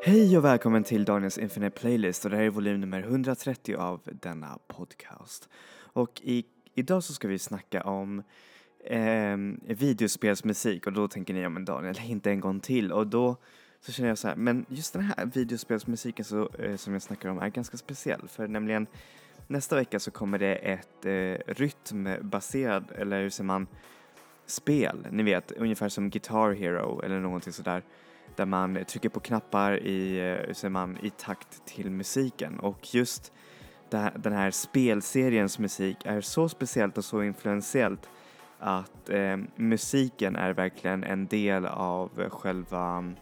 Hej och välkommen till Daniels Infinite Playlist, och det här är volym nummer 130 av denna podcast. Och idag så ska vi snacka om videospelsmusik, och då tänker ni, ja men Daniel, inte en gång till. Och då så känner jag så här, men just den här videospelsmusiken som jag snackar om är ganska speciell. För nämligen nästa vecka så kommer det ett rytmbaserad, eller hur säger man, spel. Ni vet, ungefär som Guitar Hero eller någonting sådär. Där man trycker på knappar i takt till musiken. Och just den här spelseriens musik är så speciellt och så influentiellt att musiken är verkligen en del av själva,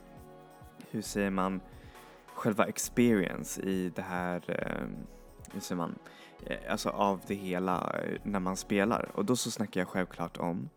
själva experience i det här, alltså av det hela när man spelar. Och då så snackar jag självklart om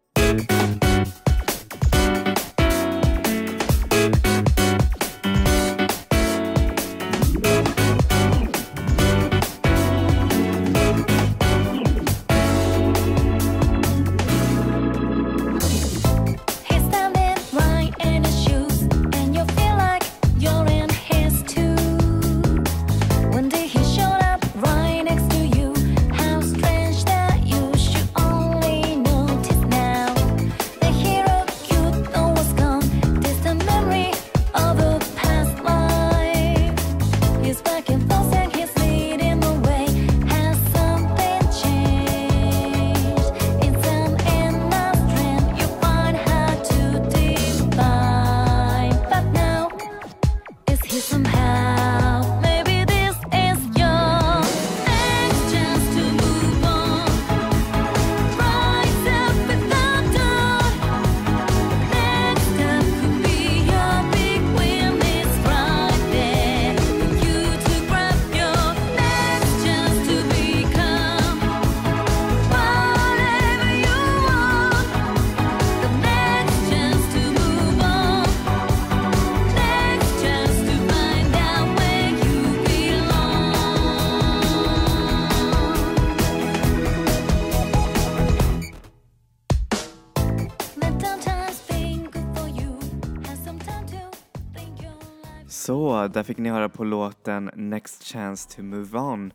Så, där fick ni höra på låten Next Chance to Move On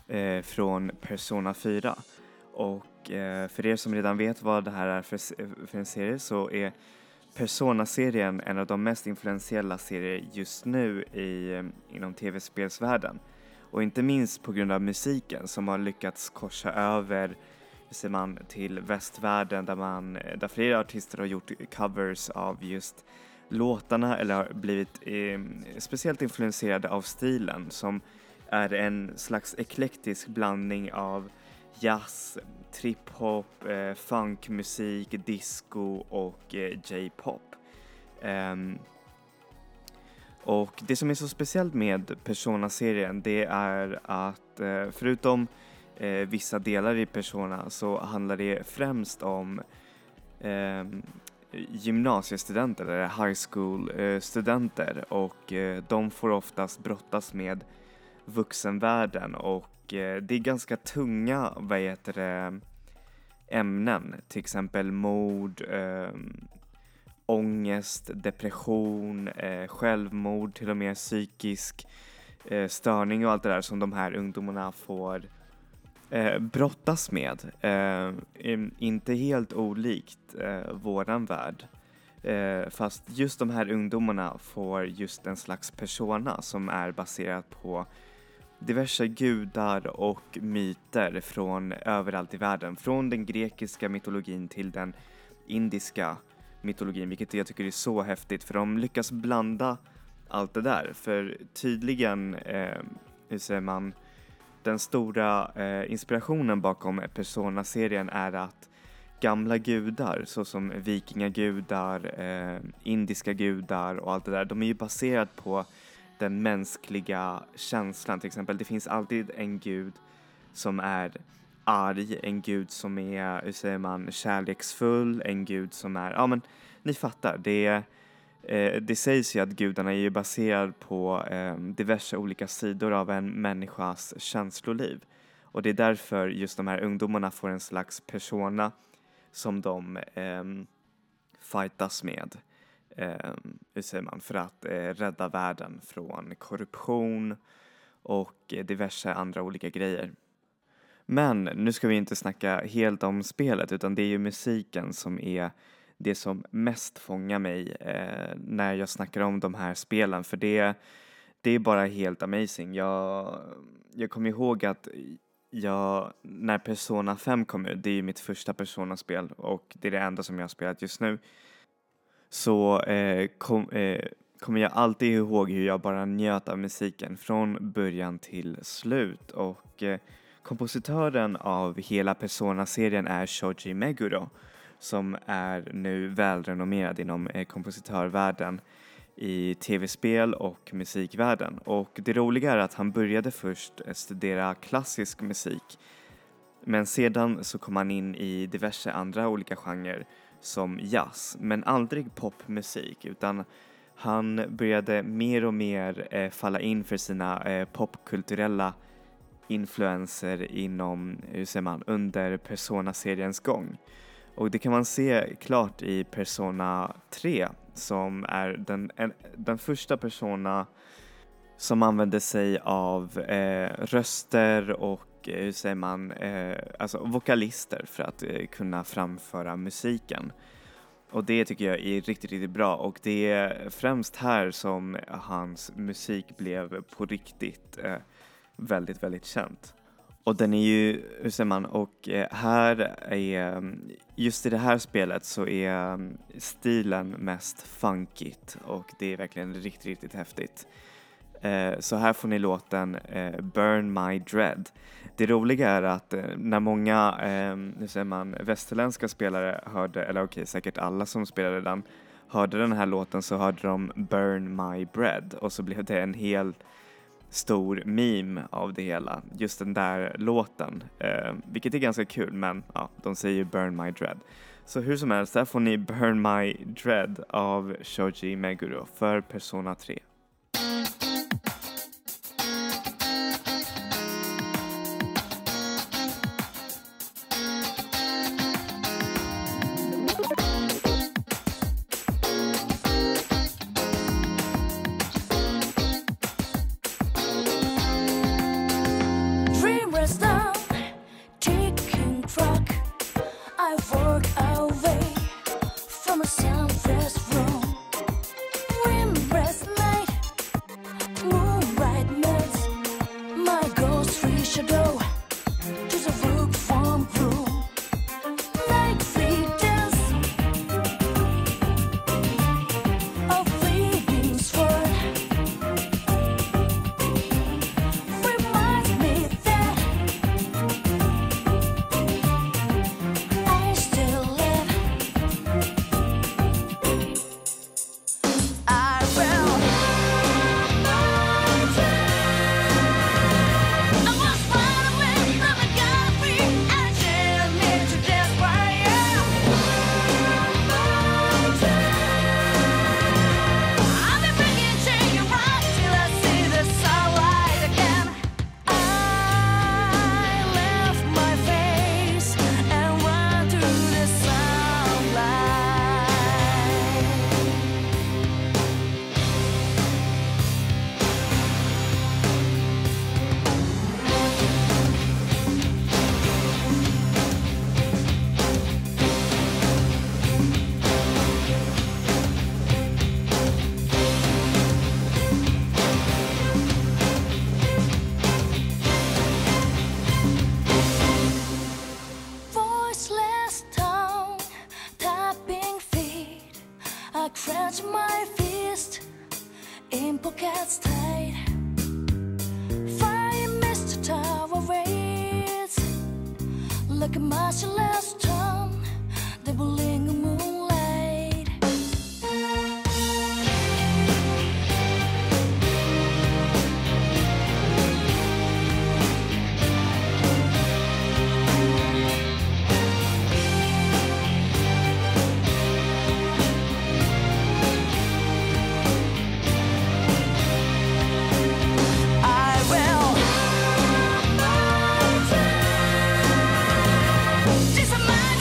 från Persona 4. Och för er som redan vet vad det här är för en serie, så är Persona-serien en av de mest influentiella serier just nu inom tv-spelsvärlden. Och inte minst på grund av musiken som har lyckats korsa över till västvärlden, där flera artister har gjort covers av just låtarna, eller har blivit speciellt influenserade av stilen, som är en slags eklektisk blandning av jazz, trip-hop, funkmusik, disco och J-pop. Och det som är så speciellt med Persona-serien, det är att förutom vissa delar i Persona, så handlar det främst om gymnasiestudenter eller high school studenter, och de får oftast brottas med vuxenvärlden, och det är ganska tunga ämnen, till exempel mord, ångest, depression, självmord, till och med psykisk störning och allt det där som de här ungdomarna får brottas med. Inte helt olikt våran värld. Fast just de här ungdomarna får just en slags persona som är baserat på diverse gudar och myter från överallt i världen. Från den grekiska mytologin till den indiska mytologin, vilket jag tycker är så häftigt, för de lyckas blanda allt det där. För tydligen, den stora inspirationen bakom Persona-serien är att gamla gudar, såsom vikingagudar, indiska gudar och allt det där, de är ju baserat på den mänskliga känslan. Till exempel, det finns alltid en gud som är arg, en gud som är, kärleksfull, en gud som är, ja men ni fattar, det sägs ju att gudarna är ju baserad på diverse olika sidor av en människas känsloliv. Och det är därför just de här ungdomarna får en slags persona som de fightas med. hur säger man, för att rädda världen från korruption och diverse andra olika grejer. Men nu ska vi inte snacka helt om spelet, utan det är ju musiken som är det som mest fångar mig när jag snackar om de här spelen, för det är bara helt amazing. Jag kommer ihåg att när Persona 5 kom ut, det är ju mitt första Persona-spel och det är det enda som jag har spelat just nu, så kommer jag alltid ihåg hur jag bara njöt av musiken från början till slut. Och kompositören av hela Persona-serien är Shoji Meguro, som är nu välrenommerad inom kompositörvärlden i tv-spel och musikvärlden. Och det roliga är att han började först studera klassisk musik, men sedan så kom han in i diverse andra olika genrer som jazz, men aldrig popmusik, utan han började mer och mer falla in för sina popkulturella influenser inom, hur säger man, under Persona-seriens gång. Och det kan man se klart i Persona 3, som är den första Persona som använde sig av röster och hur säger man, alltså vokalister för att kunna framföra musiken. Och det tycker jag är riktigt, riktigt bra, och det är främst här som hans musik blev på riktigt väldigt, väldigt känt. Och den är ju, hur säger man, och här är, just i det här spelet så är stilen mest funkigt och det är verkligen riktigt, riktigt häftigt. Så här får ni låten Burn My Dread. Det roliga är att när många hur säger man, västerländska spelare hörde, eller okej, säkert alla som spelade den, hörde den här låten, så hörde de Burn My Bread och så blev det en hel stor meme av det hela, just den där låten, vilket är ganska kul, men ja, de säger ju Burn My Dread. Så hur som helst, där får ni Burn My Dread av Shoji Meguro för Persona 3. Just a man.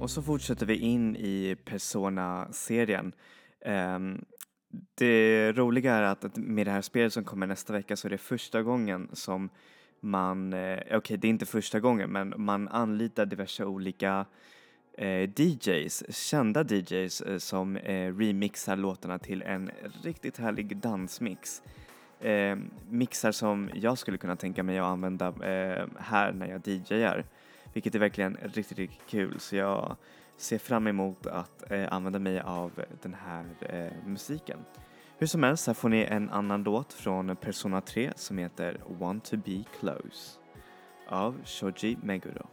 Och så fortsätter vi in i Persona-serien. Det roliga är att med det här spelet som kommer nästa vecka så är det första gången som man, okej, det är inte första gången, men man anlitar diverse olika DJs, kända DJs som remixar låtarna till en riktigt härlig dansmix. Mixar som jag skulle kunna tänka mig att använda här när jag DJar, vilket är verkligen riktigt, riktigt kul. Så jag ser fram emot att använda mig av den här musiken. Hur som helst, här får ni en annan låt från Persona 3 som heter Want to be close av Shoji Meguro.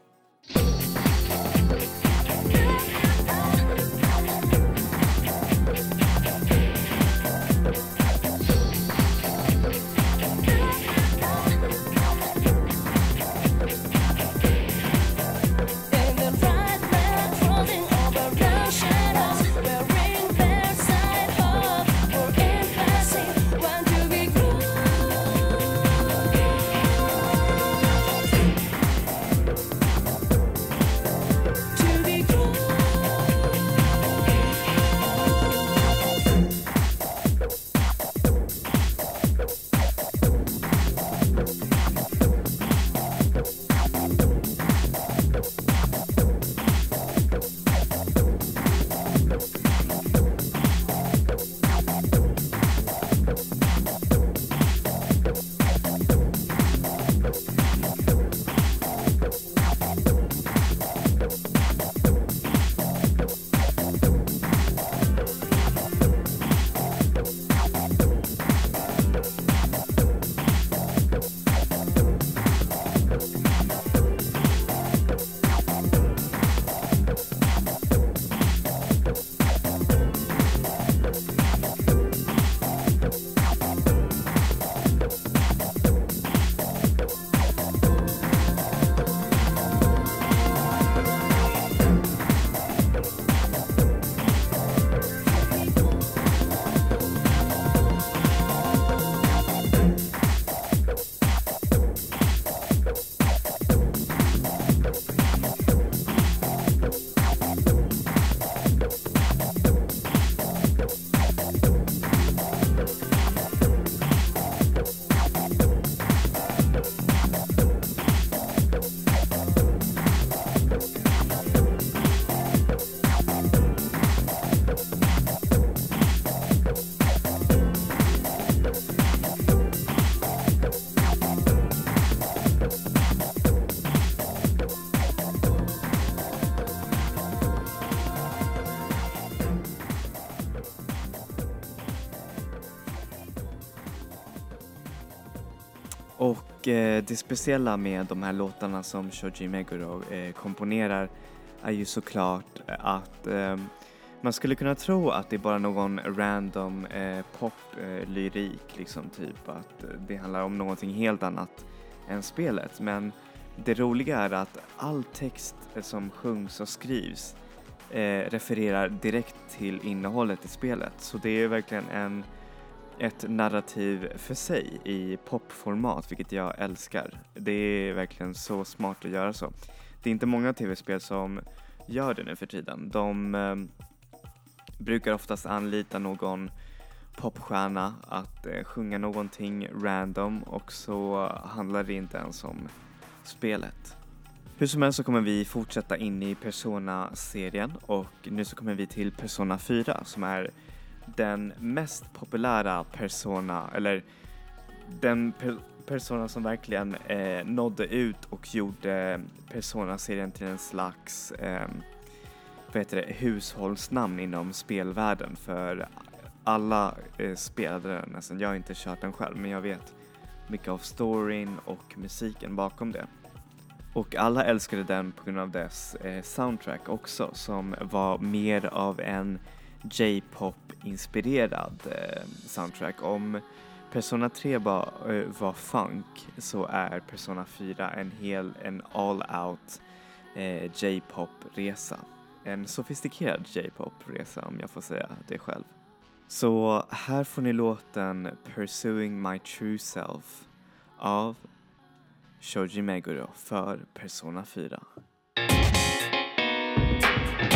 Och det speciella med de här låtarna som Shoji Meguro komponerar är ju såklart att man skulle kunna tro att det är bara någon random pop-lyrik liksom, typ att det handlar om någonting helt annat än spelet. Men det roliga är att all text som sjungs och skrivs refererar direkt till innehållet i spelet. Så det är verkligen ett narrativ för sig i popformat, vilket jag älskar. Det är verkligen så smart att göra så. Det är inte många tv-spel som gör det nu för tiden. De brukar oftast anlita någon popstjärna att sjunga någonting random, och så handlar det inte ens om spelet. Hur som helst så kommer vi fortsätta in i Persona-serien, och nu så kommer vi till Persona 4 som är den mest populära Persona, eller den Persona som verkligen nådde ut och gjorde Persona-serien till en slags hushållsnamn inom spelvärlden, för alla spelade den nästan. Jag har inte kört den själv, men jag vet mycket av storyn och musiken bakom det. Och alla älskade den på grund av dess soundtrack också, som var mer av en J-pop-inspirerad soundtrack. Om Persona 3 var funk, så är Persona 4 en all-out J-pop-resa. En sofistikerad J-pop-resa, om jag får säga det själv. Så här får ni låten Pursuing My True Self av Shoji Meguro för Persona 4.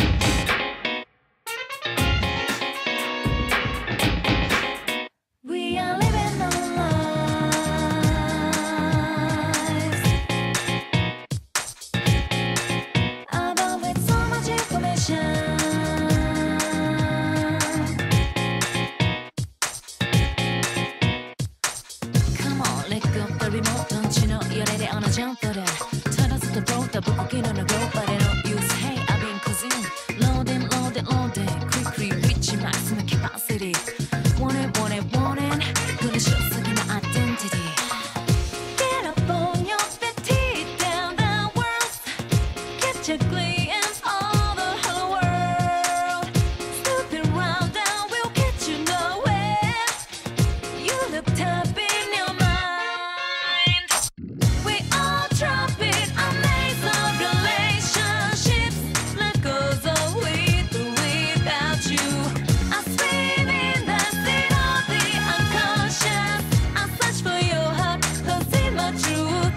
jump for that. Turn us to the road, the book again on the road, but I don't use hey, I've been cousin. Loading, quick, reaching maximum capacity. Want it, gonna show some my identity. Get up on your feet, teeth down the world. Get your glance all the whole world. Snooping round down, we'll get you nowhere. You look tough in your mind. We all drop it, amazing relationships. Life goes on with or without you. I swim in the sea of the unconscious. I search for your heart, cause in my truth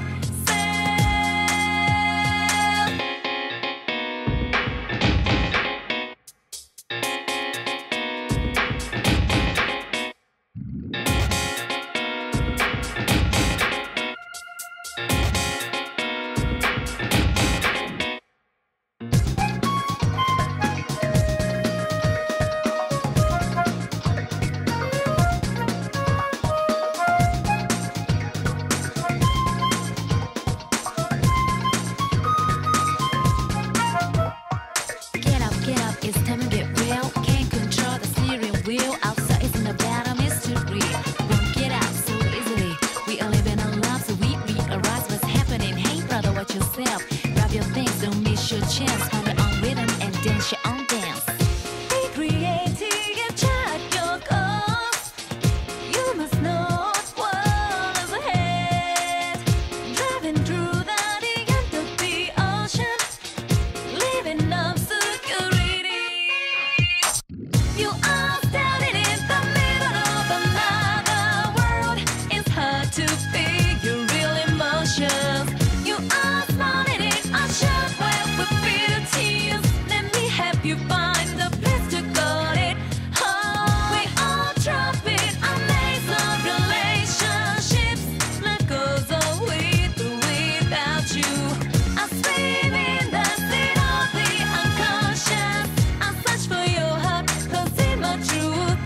Get up, it's time to get real. Can't control the steering wheel. Outside isn't about a mystery. Won't get out so easily. We are living our lives, so we realize what's happening. Hey brother, watch yourself. Grab your things, don't miss your chance. Find your own rhythm and dance your own dance. Be creative, chart your course. You must know what is ahead. Driving through the end of the ocean. Living up security. You are standing in the middle of another world. It's hard to figure real emotions. You are smiling in a shortwave with bitter tears. Let me help you find the place to got it. Oh, we all drop it, amazing relationships. Life goes on with or without you. I swim in the sea of the unconscious. I search for your heart, cause in my truth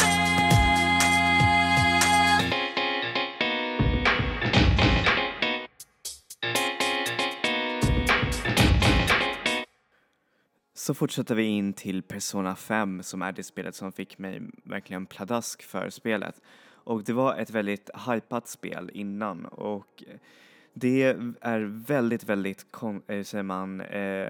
Så fortsätter vi in till Persona 5 som är det spelet som fick mig verkligen pladask för spelet. Och det var ett väldigt hypat spel innan och det är väldigt säger man,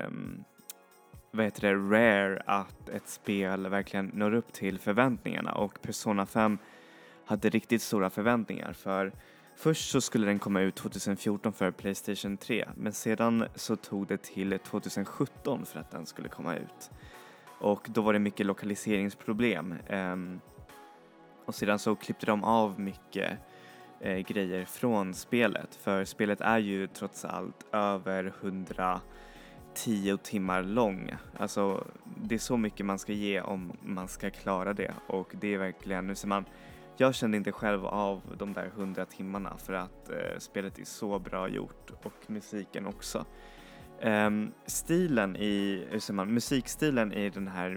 rare att ett spel verkligen når upp till förväntningarna, och Persona 5 hade riktigt stora förväntningar, för först så skulle den komma ut 2014 för PlayStation 3, men sedan så tog det till 2017 för att den skulle komma ut. Och då var det mycket lokaliseringsproblem. Och sedan så klippte de av mycket grejer från spelet, för spelet är ju trots allt över 110 timmar lång. Alltså det är så mycket man ska ge om man ska klara det, och det är verkligen, nu ser man, jag kände inte själv av de där 100 timmarna för att spelet är så bra gjort, och musiken också. Stilen i, musikstilen i den här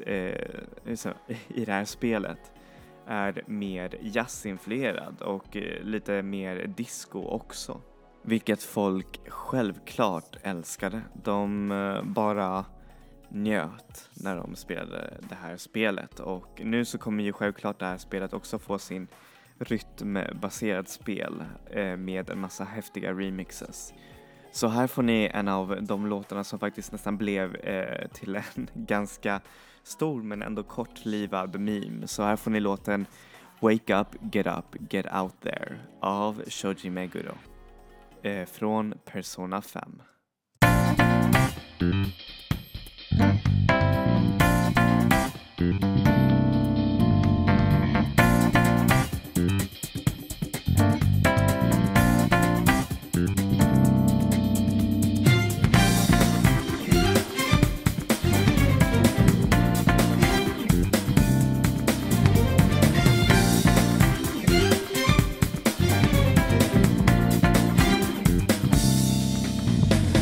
i det här spelet är mer jazzinfluerad och lite mer disco också, vilket folk självklart älskade. De bara njöt när de spelade det här spelet, och nu så kommer ju självklart det här spelet också få sin rytmbaserad spel med en massa häftiga remixes. Så här får ni en av de låtarna som faktiskt nästan blev till en ganska stor men ändå kortlivad meme. Så här får ni låten Wake Up, Get Out There av Shoji Meguro från Persona 5.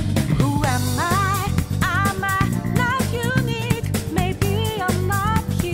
Who am I? Am I not unique? Maybe I'm not here.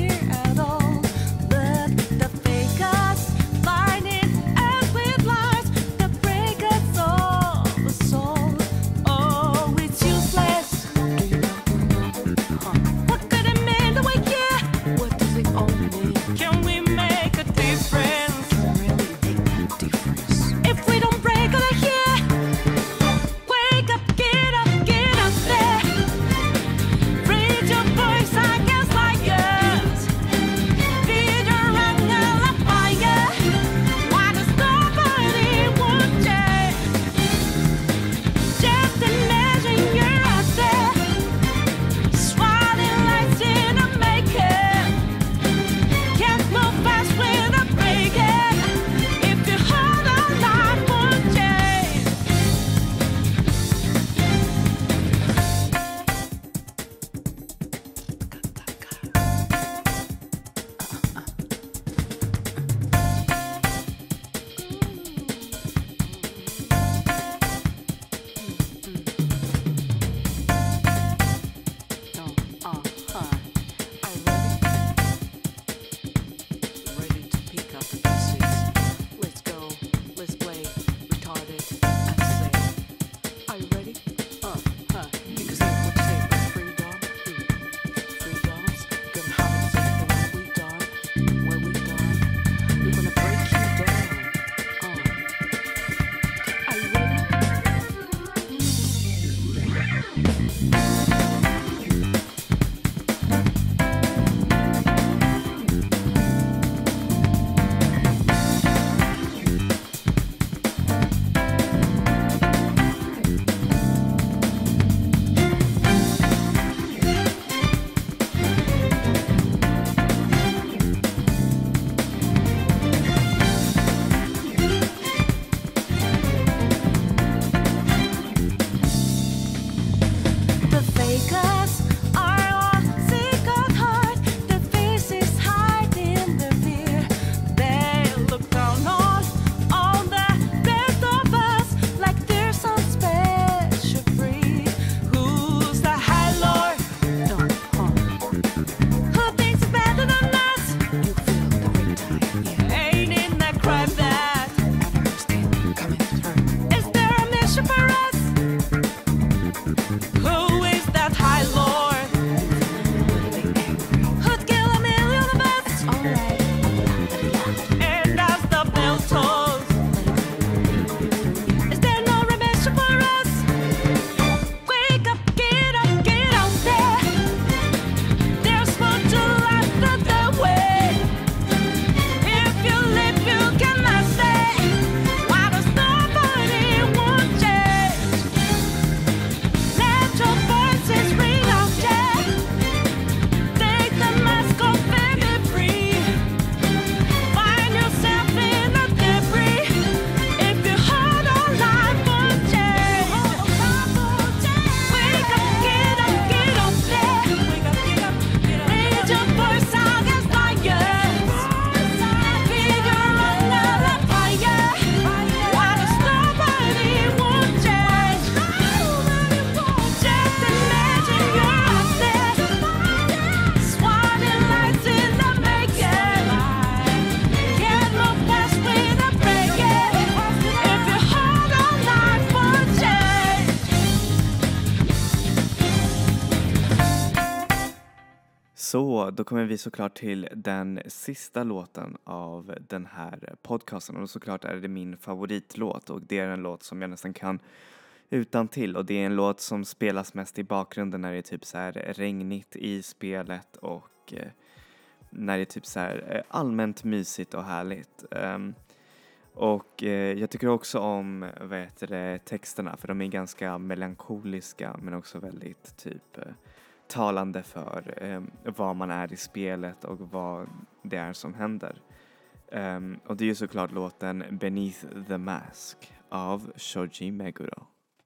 Så då kommer vi såklart till den sista låten av den här podcasten, och såklart är det min favoritlåt, och det är en låt som jag nästan kan utan till, och det är en låt som spelas mest i bakgrunden när det är typ så här regnigt i spelet och när det är typ så här allmänt mysigt och härligt. Och jag tycker också om texterna, för de är ganska melankoliska men också väldigt typ talande för vad man är i spelet och vad det är som händer. Och det är ju såklart låten Beneath the Mask av Shoji Meguro.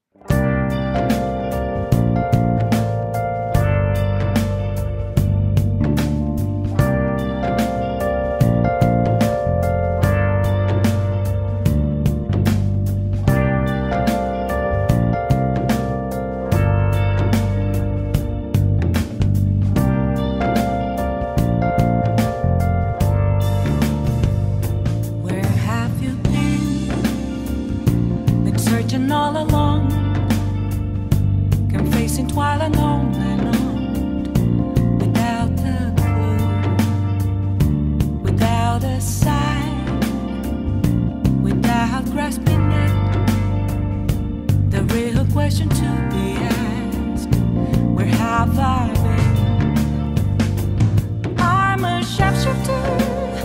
All along, confessing twilight on and on, without a clue, without a sign, without grasping it. The real question to be asked: where have I been? I'm a shapeshifter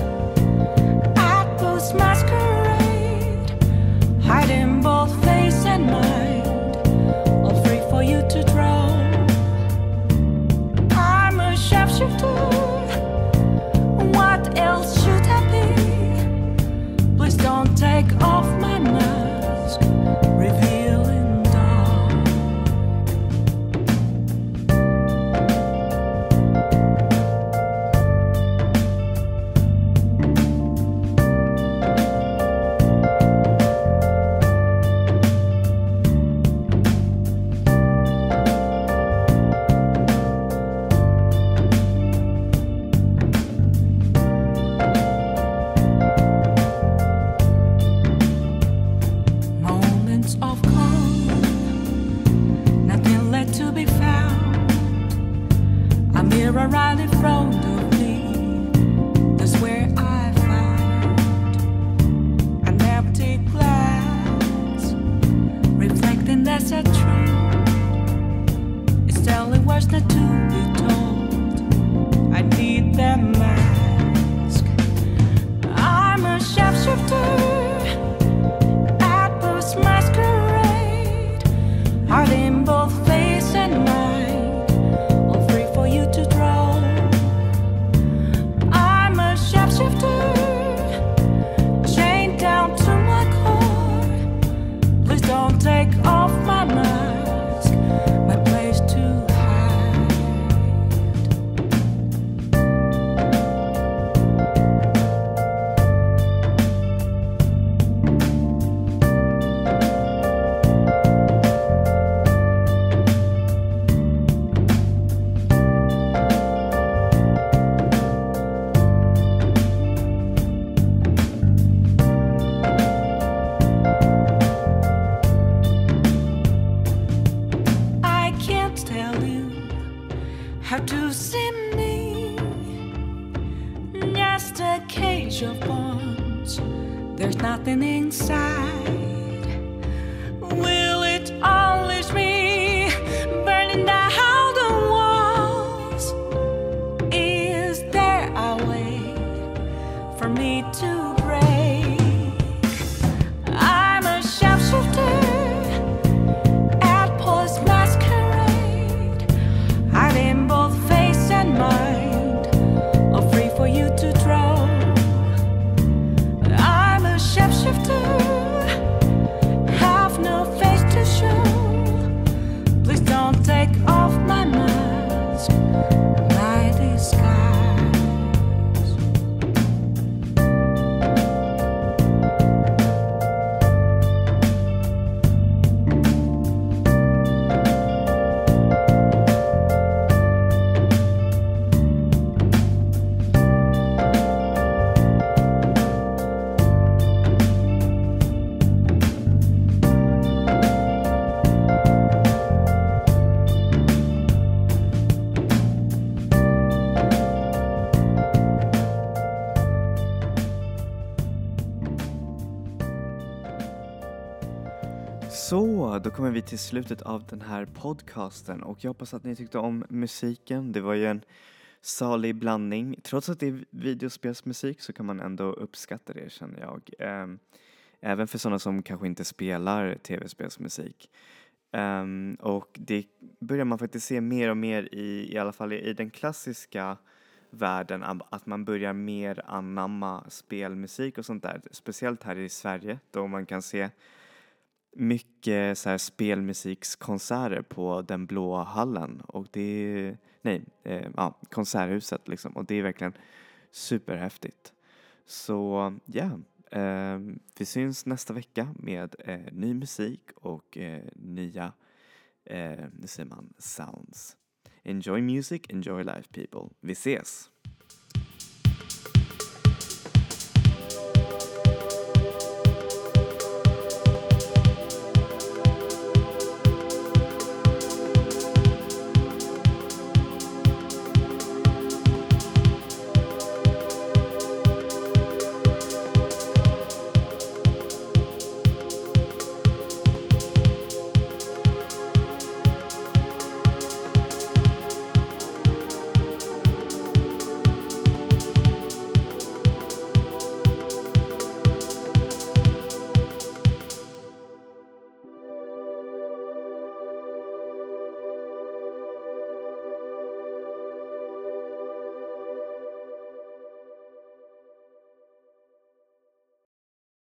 at Post Masquerade, hiding both face and mind, all free for you to draw. I'm a shapeshifter. What else should I be? Please don't take off my mask, revealing dark. Right in front of me, that's where I found an empty glass, reflecting that's a truth. It's telling words not to be told. I need that mask. I'm a shapeshifter at Post Masquerade, hiding both face and mind, all free for you to draw. Chained down to my core. Please don't take off my mask, my place to hide. How to see me? Just a cage of bones. There's nothing inside. Will it unleash me, burning down the walls? Is there a way for me to break? I'm a shapeshifter at Post Masquerade, hiding both face and mind, all free for you to draw. I'm a shapeshifter Då kommer vi till slutet av den här podcasten och jag hoppas att ni tyckte om musiken. Det var ju en salig blandning. Trots att det är videospelsmusik så kan man ändå uppskatta det, känner jag. Även för sådana som kanske inte spelar tv-spelsmusik. Och det börjar man faktiskt se mer och mer i alla fall i den klassiska världen, att man börjar mer anamma spelmusik och sånt där. Speciellt här i Sverige då man kan se mycket så här spelmusikskonserter på den blåa hallen och det är konserthuset liksom, och det är verkligen superhäftigt. Så vi syns nästa vecka med ny musik och nya sounds. Enjoy music, enjoy life people. Vi ses!